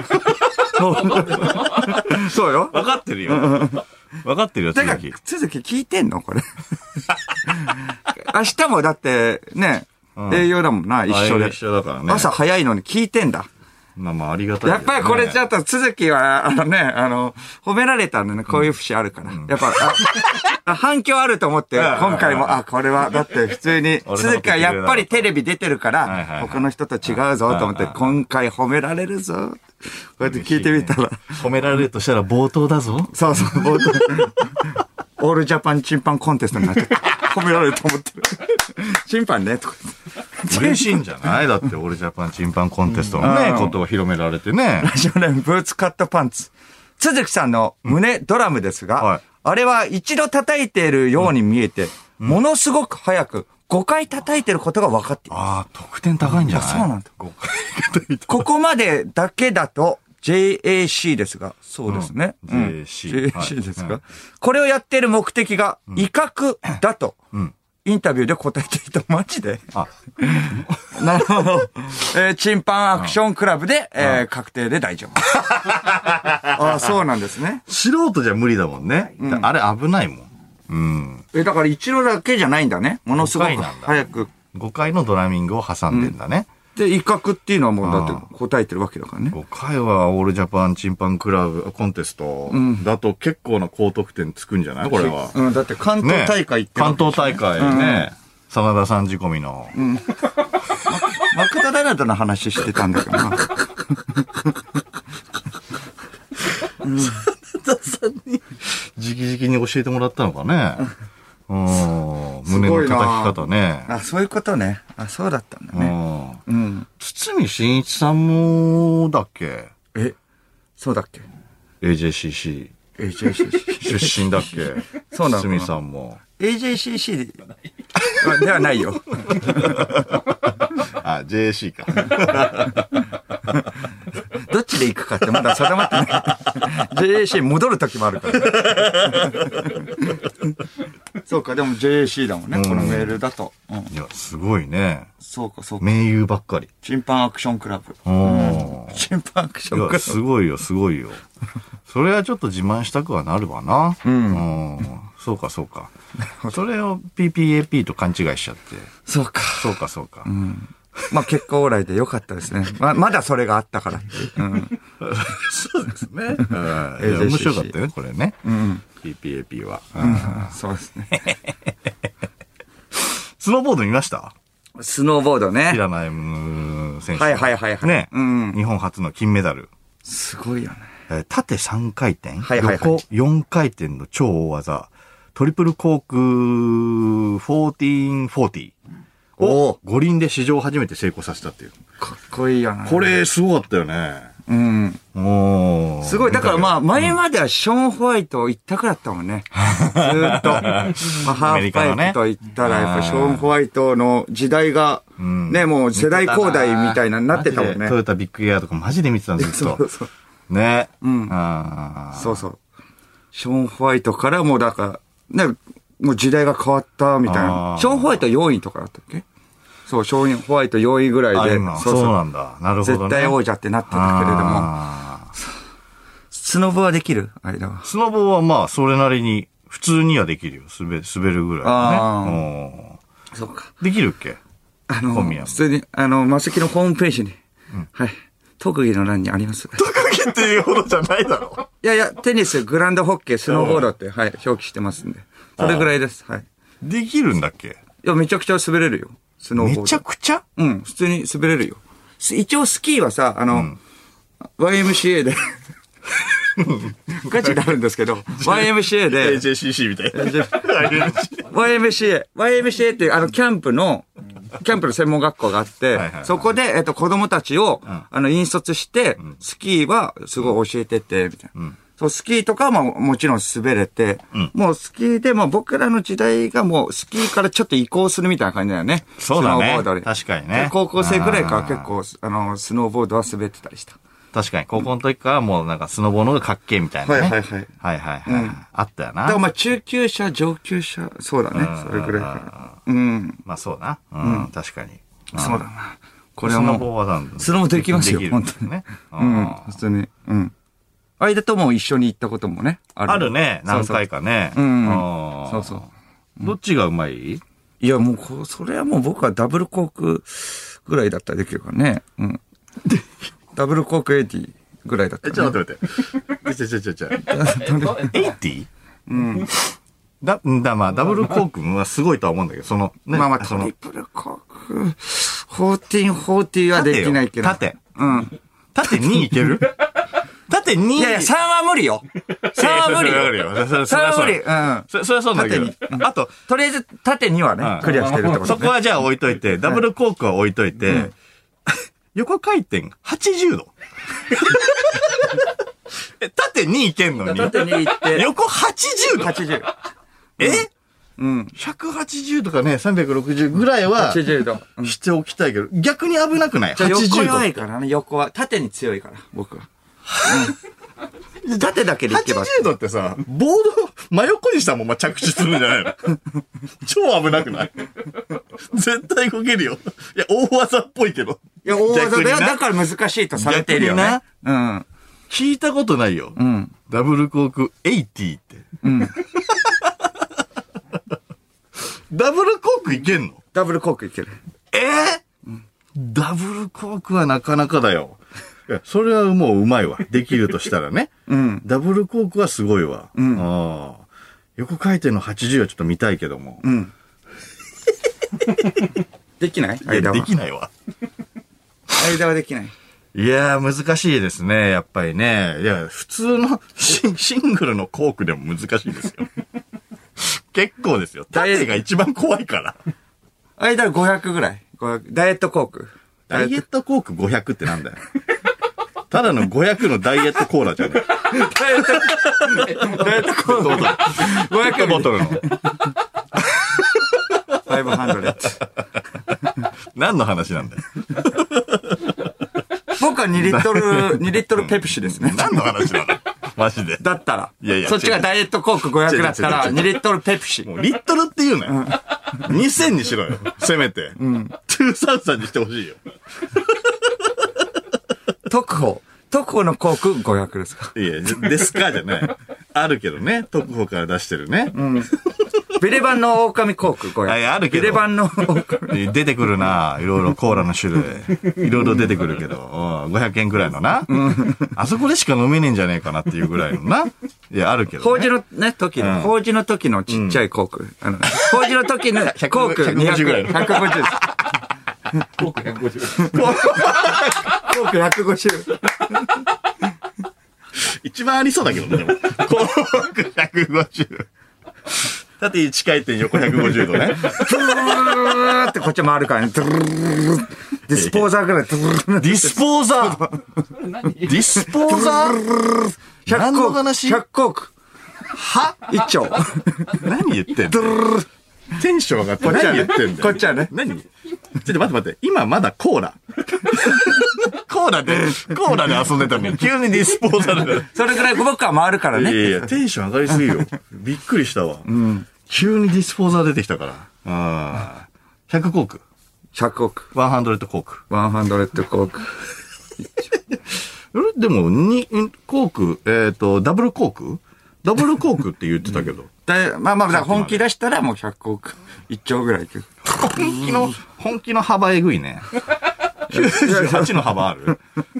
[SPEAKER 2] そうよ。
[SPEAKER 1] 分かってるよ。分かってるよ、続き。
[SPEAKER 2] 続き聞いてんのこれ。明日もだって、ね、営業だもんな、一緒で。
[SPEAKER 1] 一緒だからね。
[SPEAKER 2] 朝早いのに聞いてんだ。
[SPEAKER 1] まあまあありがたい、
[SPEAKER 2] ね。やっぱりこれちょっと続きは、あのね、あの、褒められたんでね、こういう節あるから。うん、やっぱあ、反響あると思って、今回も、あ、これは、だって普通に、続きはやっぱりテレビ出てるから、他の人と違うぞと思って、今回褒められるぞ。こうやって聞いてみたら。
[SPEAKER 1] 褒められるとしたら冒頭だぞ。
[SPEAKER 2] そうそう、冒頭。オールジャパンチンパンコンテストになっちゃった。褒められると思ってる。チンパンね、とか。
[SPEAKER 1] 嬉しいんじゃないだって、オールジャパンチンパンコンテストのね、うん、ことを広められてね。
[SPEAKER 2] ラジオネーム、ブーツカットパンツ。つづきさんの胸ドラムですが、うんはい、あれは一度叩いているように見えて、うん、ものすごく早くごかい叩いてることが分かっています。
[SPEAKER 1] ああ、得点高いんじゃない？
[SPEAKER 2] そうなんだ。ごかい叩いてここまでだけだと、ジェーエーシー ですが、そうですね。うん、ジェーエーシー。ジェーエーシー ですが、はい、これをやっている目的が威嚇だと、うん、インタビューで答えていた。マジであなるほど。えー、チンパンアクションクラブで、えー、確定で大丈夫。ああ、そうなんですね。
[SPEAKER 1] 素人じゃ無理だもんね。うん、あれ危ないもん。うん。
[SPEAKER 2] え、だから一度だけじゃないんだね。ものすごく早く。
[SPEAKER 1] ごかいのドラミングを挟んでんだね。
[SPEAKER 2] うん、で、威嚇っていうのはもうだって答えてるわけだからね。
[SPEAKER 1] ごかいはオールジャパンチンパンクラブコンテストだと結構な高得点つくんじゃないこれは。
[SPEAKER 2] うん、だって関東大会行ってる、
[SPEAKER 1] ね、関東大会ね。うん、真田さん仕込みの。うん。
[SPEAKER 2] マクドナルドの話してたんだけどな。
[SPEAKER 1] うん、真田さんに直々に教えてもらったのかね。うん。 胸の叩き方ね。
[SPEAKER 2] あ、そういうことね。あ、そうだったんだね。うん。
[SPEAKER 1] 堤真一さんも、だっけ？
[SPEAKER 2] え、そうだっけ？
[SPEAKER 1] エージェーシーシー。
[SPEAKER 2] エージェーシーシー
[SPEAKER 1] 出身だっけ？
[SPEAKER 2] そうなの？
[SPEAKER 1] 堤さんも。
[SPEAKER 2] エージェーシーシー ではないよ。
[SPEAKER 1] あ、ジェーシー か。
[SPEAKER 2] どっちで行くかってまだ定まってない。ジェーエーシー 戻る時もあるから。そうか、でも ジェーエーシー だもんね、うん、このメールだと。
[SPEAKER 1] うん、いや、すごいね。
[SPEAKER 2] そうか、そうか。
[SPEAKER 1] 名優ばっかり。
[SPEAKER 2] チンパンアクションクラブ。うん、チンパンアクションクラブ。
[SPEAKER 1] すごいよ、すごいよ。それはちょっと自慢したくはなるわな。うん。うん、そうか、そうか。それを ピーピーエーピー と勘違いしちゃって。
[SPEAKER 2] そうか。
[SPEAKER 1] そうか、そうか。
[SPEAKER 2] うん、まあ結果オーライでよかったですね。ままだそれがあったからって。うん、
[SPEAKER 1] そうですね。面白かったよ、これね。うん、ピーピーエーピー は、
[SPEAKER 2] うん。そうですね。
[SPEAKER 1] スノーボード見ました？
[SPEAKER 2] スノーボードね。
[SPEAKER 1] 平野歩夢選手。
[SPEAKER 2] はいはいはいはい。
[SPEAKER 1] ね、うん。日本初の金メダル。
[SPEAKER 2] すごいよね。
[SPEAKER 1] 縦さんかい転、
[SPEAKER 2] はいはいはい、
[SPEAKER 1] 横よんかい転の超大技、トリプルコークじゅうよんよんじゅうを五輪で史上初めて成功させたっていう。
[SPEAKER 2] かっこいいよね。
[SPEAKER 1] これすごかったよね。
[SPEAKER 2] うん。
[SPEAKER 1] お
[SPEAKER 2] すごい。だからまあ、前まではショーン・ホワイト一択だったもんね。ずーっと。まあ、ハーフパイプと言ったら、やっぱショーン・ホワイトの時代が、ね、もう世代交代みたいなになってたもんね。
[SPEAKER 1] トヨタビッグエアとかマジで見てたんですよ。そうそう。ね。
[SPEAKER 2] うん。そうそう。ショーン・ホワイトからもうだから、ね、もう時代が変わったみたいな。ショーン・ホワイトよんいとかだったっけ？そう、ショーン・ホワイトよんいぐらいで。
[SPEAKER 1] そうそう、そうなんだ。なるほどね。
[SPEAKER 2] 絶対王者ってなってたけれども。スノボはできる？間は。
[SPEAKER 1] スノボはまあ、それなりに、普通にはできるよ。滑る、滑るぐらいね。あ
[SPEAKER 2] あ。そうか。
[SPEAKER 1] できるっけ？
[SPEAKER 2] あの、普通に、あの、マセキのホームページに、うん、はい。特技の欄にあります。
[SPEAKER 1] 特技っていうほどじゃないだろ。
[SPEAKER 2] いやいや、テニス、グランドホッケー、スノーボードって、はい、表記してますんで。それぐらいです。はい。
[SPEAKER 1] できるんだっけ？
[SPEAKER 2] いや、めちゃくちゃ滑れるよ。スノーボード。
[SPEAKER 1] めちゃくちゃ？
[SPEAKER 2] うん、普通に滑れるよ。一応スキーはさ、あの、うん、ワイエムシーエー で、ガチになるんですけど、ワイエムシーエー で、
[SPEAKER 1] エージェーシーシー みたいな。
[SPEAKER 2] ワイエムシーエー、ワイエムシーエー ってあの、キャンプの、キャンプの専門学校があって、そこで、えっと、子供たちを、うん、あの、引率して、うん、スキーはすごい教えてて、みたいな。うん、そう、スキーとかももちろん滑れて、うん、もうスキーでも僕らの時代がもうスキーからちょっと移行するみたいな感じだよね。
[SPEAKER 1] そうだね。
[SPEAKER 2] スノーボードで。
[SPEAKER 1] 確かにね。
[SPEAKER 2] 高校生くらいから結構、あの、スノーボードは滑ってたりした。
[SPEAKER 1] 確かに、高校の時からもうなんかスノボーのがかっけえみたいなね。
[SPEAKER 2] はいはいはい。
[SPEAKER 1] はいはいはい。うん、あったよな。
[SPEAKER 2] だからまあ中級者、上級者、そうだね。それぐらいから。うん。
[SPEAKER 1] まあそうな。うん、うん、確かに。
[SPEAKER 2] そうだな。こ
[SPEAKER 1] れはもう。スノボーは
[SPEAKER 2] スノボできますよ、本当にね。うん。普通に。うん。間とも一緒に行ったこともね。
[SPEAKER 1] ある。あるね。何回かね。
[SPEAKER 2] うん。そうそう。
[SPEAKER 1] どっちがうまい？
[SPEAKER 2] いやもうこ、それはもう僕はダブルコークぐらいだったらできるからね。うん。ダブルコークエイティぐらいだったら、ね。
[SPEAKER 1] え、ちょっと待って待って。ちょちょちょちょ。エイティ？ うん。だ、だ、まあ、ダブルコークはすごいとは思うんだけど、その、
[SPEAKER 2] ね、まあまあ、トリプルコーク、じゅうよん、じゅうよんはできないけど。
[SPEAKER 1] 縦。うん。縦にいける？縦に？
[SPEAKER 2] いやいや、さんは無理よ。さんは無理よ。さんは無理。うん。
[SPEAKER 1] それはそうなんだけど。あと、
[SPEAKER 2] とりあえず縦にはね、クリアしてるってことね。
[SPEAKER 1] そこはじゃあ置いといて、ダブルコークは置いといて、横回転はちじゅうど。縦に行けんのに。
[SPEAKER 2] 縦に行って。
[SPEAKER 1] 横はちじゅうど。
[SPEAKER 2] はちじゅう。
[SPEAKER 1] え？うん。ひゃくはちじゅうとかね、さんびゃくろくじゅうぐらいは、はちじゅうど。しておきたいけど、逆に危なくない？ はちじゅう 度。
[SPEAKER 2] 横弱いからね、横は。縦に強いから、僕は。うん。縦だけでいけば。
[SPEAKER 1] はちじゅうどってさ、ボード真横にしたまま着地するんじゃないの？超危なくない？絶対こけるよ。いや、大技っぽいけど。
[SPEAKER 2] いや、大技だよ。だから難しいとされてるよね。うん。
[SPEAKER 1] 聞いたことないよ。うん。ダブルコークはちじゅうって。うん。ダブルコークいけんの？
[SPEAKER 2] ダブルコークいける。
[SPEAKER 1] えー、うん、ダブルコークはなかなかだよ。いや、それはもううまいわ。できるとしたらね。うん。ダブルコークはすごいわ。うん。ああ。横回転のはちじゅうはちょっと見たいけども。うん。
[SPEAKER 2] できない？間は。
[SPEAKER 1] できないわ。
[SPEAKER 2] 間はできない。
[SPEAKER 1] いやー、難しいですね。やっぱりね。いや、普通のシングルのコークでも難しいですよ。 結構ですよ。縦が一番怖いから。
[SPEAKER 2] あれだ、ごひゃくぐらい。ダイエットコーク。
[SPEAKER 1] ダイエットコークごひゃくってなんだよ。ただのごひゃくのダイエットコーラじゃねえ。ダイエット、ダイエットコーラ。ごひゃくボトルの。ごひゃく。何の話なんだよ。
[SPEAKER 2] 僕はにリットル、にリットルペプシですね。
[SPEAKER 1] 何の話なのマジで。
[SPEAKER 2] だったら。
[SPEAKER 1] いやいや。
[SPEAKER 2] そっちがダイエットコークごひゃくだったら、にリットルペプシ。
[SPEAKER 1] もうリットルって言うなよ。にせんにしろよ。せめて。うん。にせんさんじゅうさんにしてほしいよ。
[SPEAKER 2] 特報。特報のコークごひゃくですか。
[SPEAKER 1] いや、ですかじゃない。あるけどね。特報から出してるね。うん。
[SPEAKER 2] ビレバンの狼コークごひゃく。
[SPEAKER 1] あ、いや、あるけど。
[SPEAKER 2] ビレバンの狼。
[SPEAKER 1] 出てくるな。いろいろコーラの種類。いろいろ出てくるけど。ごひゃくえんくらいのな。うん、あそこでしか飲めねえんじゃねえかなっていうぐらいのな。いや、あるけど、ね。
[SPEAKER 2] 法事のね、時の、うん、法事の時のちっちゃいコーク。うん、あの、法事の時のコークにひゃくごじゅうぐらいの。ひゃくごじゅうです。コークひゃくごじゅう。コークひゃくごじゅう。
[SPEAKER 1] 一番ありそうだけどね、でも。コークひゃくごじゅう。縦いち回転横ひゃくごじゅうどね。
[SPEAKER 2] ふーってこっち回るからね。ディスポーザーぐらい。デ
[SPEAKER 1] ィスポーザーディスポーザー
[SPEAKER 2] ひゃく コーク。ひゃくコーク。
[SPEAKER 1] は
[SPEAKER 2] 一丁。
[SPEAKER 1] 何言ってんのテンション上がって何言ってんだよ。
[SPEAKER 2] こっちはね。
[SPEAKER 1] 何ちょっと待って待って。今まだコーラ。コーラで、コーラで遊んでたのに急にディスポーザーで。
[SPEAKER 2] それぐらい僕は回るからね。
[SPEAKER 1] いやいや、テンション上がりすぎよ。びっくりしたわ。うん、急にディスポーザー出てきたから。あひゃくコーク。
[SPEAKER 2] ひゃくコーク。
[SPEAKER 1] ひゃくコーク。
[SPEAKER 2] ひゃくコーク。
[SPEAKER 1] でも、に、コーク、えっと、ダブルコークダブルコークって言ってたけど。
[SPEAKER 2] だまあまあ、本気出したらもうひゃくコーク。一丁ぐらいいく。
[SPEAKER 1] 本気の、本気の幅えぐいね。きゅうじゅうはちの幅ある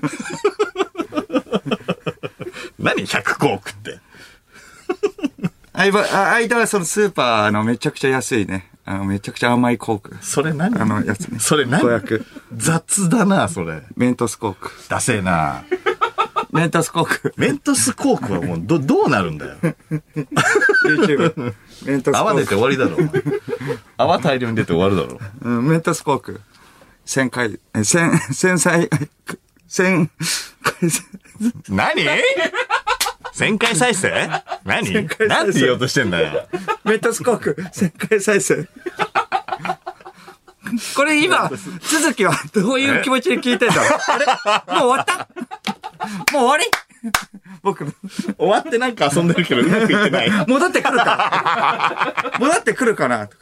[SPEAKER 1] 何ひゃくコークって。
[SPEAKER 2] 間はそのスーパーのめちゃくちゃ安いね。あのめちゃくちゃ甘いコーク。
[SPEAKER 1] それ何
[SPEAKER 2] あのやつね。
[SPEAKER 1] それ何ごひゃく。雑だな、それ。
[SPEAKER 2] メントスコーク。
[SPEAKER 1] ダセえな。
[SPEAKER 2] メントスコーク。
[SPEAKER 1] メントスコークはもうど、どうなるんだよ。
[SPEAKER 2] YouTube。メントスコーク。
[SPEAKER 1] 泡出て終わりだろ。泡大量に出て終わるだろ。
[SPEAKER 2] うん、メントスコーク。千回、千、千歳、千、
[SPEAKER 1] 何千回再生何なんて言おうとしてんだよ。
[SPEAKER 2] メントスコーク、千回再生。これ今、続きはどういう気持ちで聞いてんだろうあれもう終わったもう終わり僕。
[SPEAKER 1] 終わってなんか遊んでるけどうまくいってない。
[SPEAKER 2] 戻ってくるか戻ってくるかな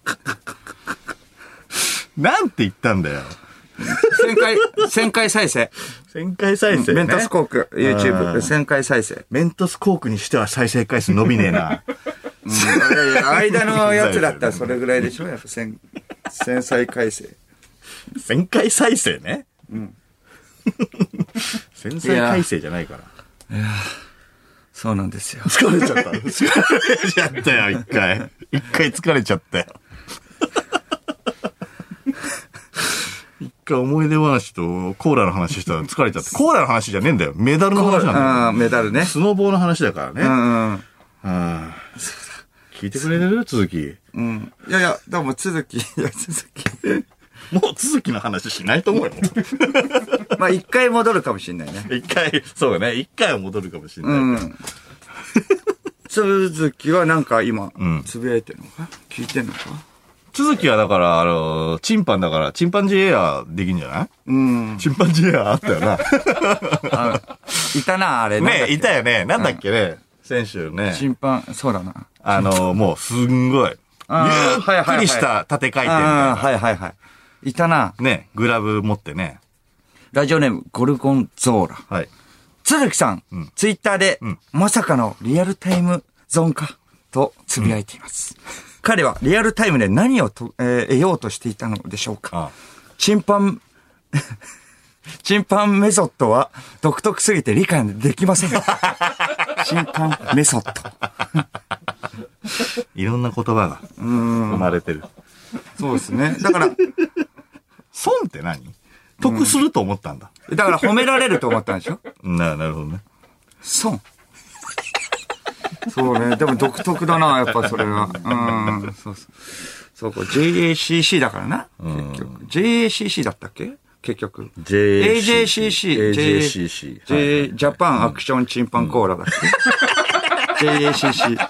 [SPEAKER 1] なんて言ったんだよ。
[SPEAKER 2] 千回、千回再生。
[SPEAKER 1] 千回再生、ね。
[SPEAKER 2] メントスコーク、YouTube、千回再生。
[SPEAKER 1] メントスコークにしては再生回数伸びねえな。
[SPEAKER 2] うん、いやいや間のやつだったらそれぐらいでしょやっぱ千、千再回生。
[SPEAKER 1] 千回再生ね。うん。千再回生じゃないから。
[SPEAKER 2] いやそうなんですよ。
[SPEAKER 1] 疲れちゃった。疲れちゃったよ、一回。一回疲れちゃったよ。一回思い出話とコーラの話したら疲れちゃって。コーラの話じゃねえんだよ。メダルの話なんだよ。
[SPEAKER 2] ああ、メダルね。
[SPEAKER 1] スノボーの話だからね。
[SPEAKER 2] うんうん。あ
[SPEAKER 1] あ。聞いてくれてる続き。
[SPEAKER 2] うん。いやいや、でも続き、いや続き。
[SPEAKER 1] もう続きの話しないと思うよ。
[SPEAKER 2] まあ一回戻るかもしれないね。
[SPEAKER 1] 一回、そうね。一回は戻るかもしれない。うん。
[SPEAKER 2] 続きはなんか今、うん、つぶやいてるのか聞いてんのか
[SPEAKER 1] 続きはだから、あの、チンパンだから、チンパンジーエアできんじゃないうん。チンパンジーエアあったよな。
[SPEAKER 2] いたな、あれ
[SPEAKER 1] ね。いたよね。なんだっけね。先週ね。
[SPEAKER 2] チンパン、そうだな。
[SPEAKER 1] あの、もうすんごい。ゆっくりした縦回転みたいな。
[SPEAKER 2] はいはいはい。いたな。
[SPEAKER 1] ね、グラブ持ってね。
[SPEAKER 2] ラジオネーム、ゴルゴンゾーラ。
[SPEAKER 1] はい。
[SPEAKER 2] 鈴木さん、うん、ツイッターで、うん、まさかのリアルタイムゾーンか、とつぶやいています。うん、彼はリアルタイムで何をと、えー、得ようとしていたのでしょうか。ああチンパン、チンパンメソッドは独特すぎて理解できません。チンパンメソッド。
[SPEAKER 1] いろんな言葉が生まれてる。
[SPEAKER 2] そうですね。だから、
[SPEAKER 1] 損って何？得すると思ったんだ。
[SPEAKER 2] だから褒められると思ったんでしょ？
[SPEAKER 1] な、なるほどね。
[SPEAKER 2] 損。 そうね。でも独特だな、やっぱそれは。うん。そうそう。そうか、ジェイエーシーシー だからな。結局。ジェイエーシーシー だったっけ結局。エージェーシーシー。エージェーシーシー。ジャパンアクションチンパンコーラだっけ ?ジェイエーシーシー。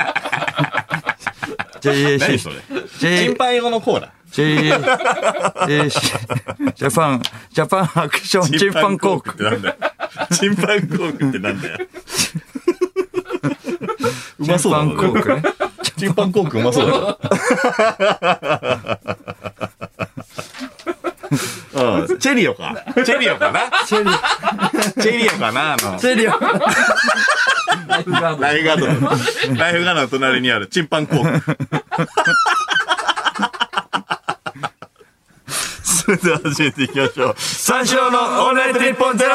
[SPEAKER 2] ジェイエーシー。
[SPEAKER 1] 何それチンパン用のコーラ。
[SPEAKER 2] ジェイエーシー。ジャパン、ジャパンアクションチンパンコーク。
[SPEAKER 1] ってなんだよ。チンパンコークってなんだよ。うまそうだな。チンパンコークね。チンパンコークうまそうだな。うん。チェリオか。チェリオかな。チェリオ。チェリオかな。あの。
[SPEAKER 2] チェリオ。
[SPEAKER 1] ライフガード。ライフガード。ライフガードの隣にあるチンパンコーク。それでは始めていきましょう。三四郎のオールナイトニッポンゼロ。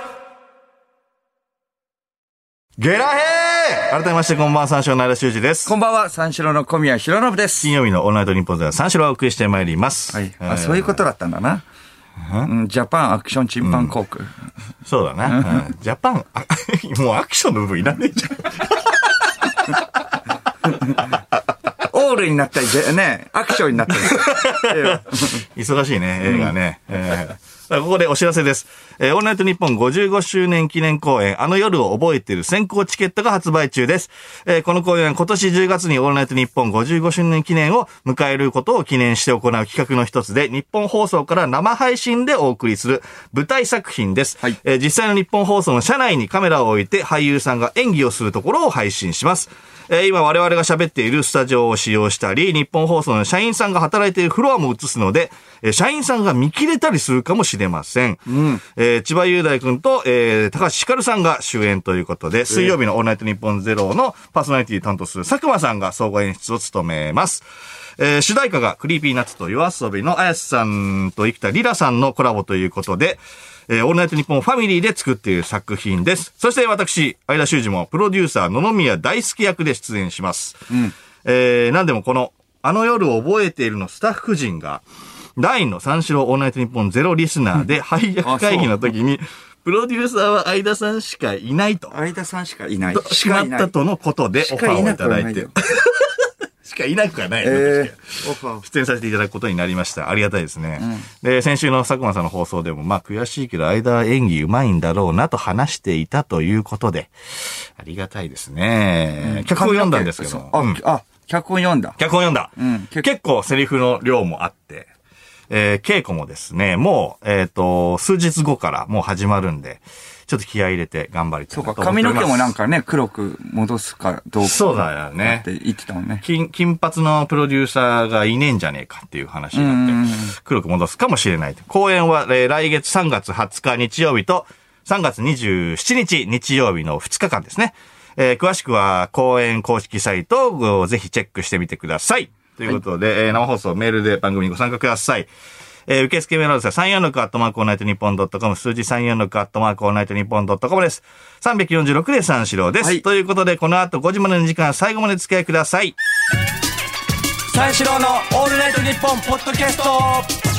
[SPEAKER 1] ゲラヘー改めましてこんばんは、三四郎の間修二です。
[SPEAKER 2] こんばんは、三四郎の小宮弘信です。
[SPEAKER 1] 金曜日のオールナイトニッポンゼロ三四郎をお送りしてまいります。
[SPEAKER 2] はい。あ、そういうことだったんだな。うん、ジャパンアクションチンパンコーク。うん、
[SPEAKER 1] そうだな。うん、ジャパン、もうアクションの部分いらねえじゃん。
[SPEAKER 2] オールになったり、ね、アクションになったり。
[SPEAKER 1] 忙しいね、映画ね。うんえー、ここでお知らせです。えー、オールナイトニッポンごじゅうごしゅうねん記念公演、あの夜を覚えている先行チケットが発売中です。えー、この公演は今年じゅうがつにオールナイトニッポンごじゅうごしゅうねん記念を迎えることを記念して行う企画の一つで、日本放送から生配信でお送りする舞台作品です。はい、えー、実際の日本放送の社内にカメラを置いて俳優さんが演技をするところを配信します。えー、今我々が喋っているスタジオを使用したり、日本放送の社員さんが働いているフロアも映すので、えー、社員さんが見切れたりするかもしれません。うんえー、千葉雄大君と、えー、高橋ひかるさんが主演ということで、水曜日のオールナイトニッポンゼロのパーソナリティ担当する佐久間さんが総合演出を務めます。えー、主題歌がクリーピーナッツと夜遊びの綾瀬さんと生田リラさんのコラボということで、えー、オールナイトニッポンファミリーで作っている作品です。そして私、相田修二もプロデューサー野々宮大輔役で出演します。うん、えー、なんでもこの、あの夜を覚えているのスタッフ陣が、ラインの三四郎オールナイトニッポンゼロリスナーで配役会議の時に、プロデューサーは相田さんしかいないと。
[SPEAKER 2] 相田さんしかいない。
[SPEAKER 1] しかいない。とのことでオファーをいただいて。しかいなくはない、えー、出演させていただくことになりました。ありがたいですね。うん、で、先週の佐久間さんの放送でも、まあ悔しいけど、間演技うまいんだろうなと話していたということで、ありがたいですね。うん、脚本読んだんですけど。
[SPEAKER 2] あ、うん、あ、脚本読んだ。
[SPEAKER 1] 脚本読んだ。うん、結構セリフの量もあって、えー、稽古もですね、もう、えっと、数日後からもう始まるんで、ちょっと気合い入れて頑張りたいなと思っております。そうか、
[SPEAKER 2] 髪の毛もなんかね、黒く戻すかどうか。
[SPEAKER 1] そうだよね。
[SPEAKER 2] って言ってたもんね。
[SPEAKER 1] 金、金髪のプロデューサーがいねえんじゃねえかっていう話になって、黒く戻すかもしれない。公演は、えー、来月さんがつはつか日曜日とさんがつにじゅうしちにち日曜日のふつかかんですね。えー、詳しくは公演公式サイトをぜひチェックしてみてください。ということで、はい、えー、生放送メールで番組にご参加ください。えー、受付メールアドレスは さんよんろく アットマークオールナイトニッポンドットコム、数字 さんよんろく アットマークオールナイトニッポンドットコム です。さんびゃくよんじゅうろくで三四郎です、はい。ということで、この後ごじまでの時間、最後まで付き合いください。
[SPEAKER 2] 三四郎のオールナイトニッポンポッドキャスト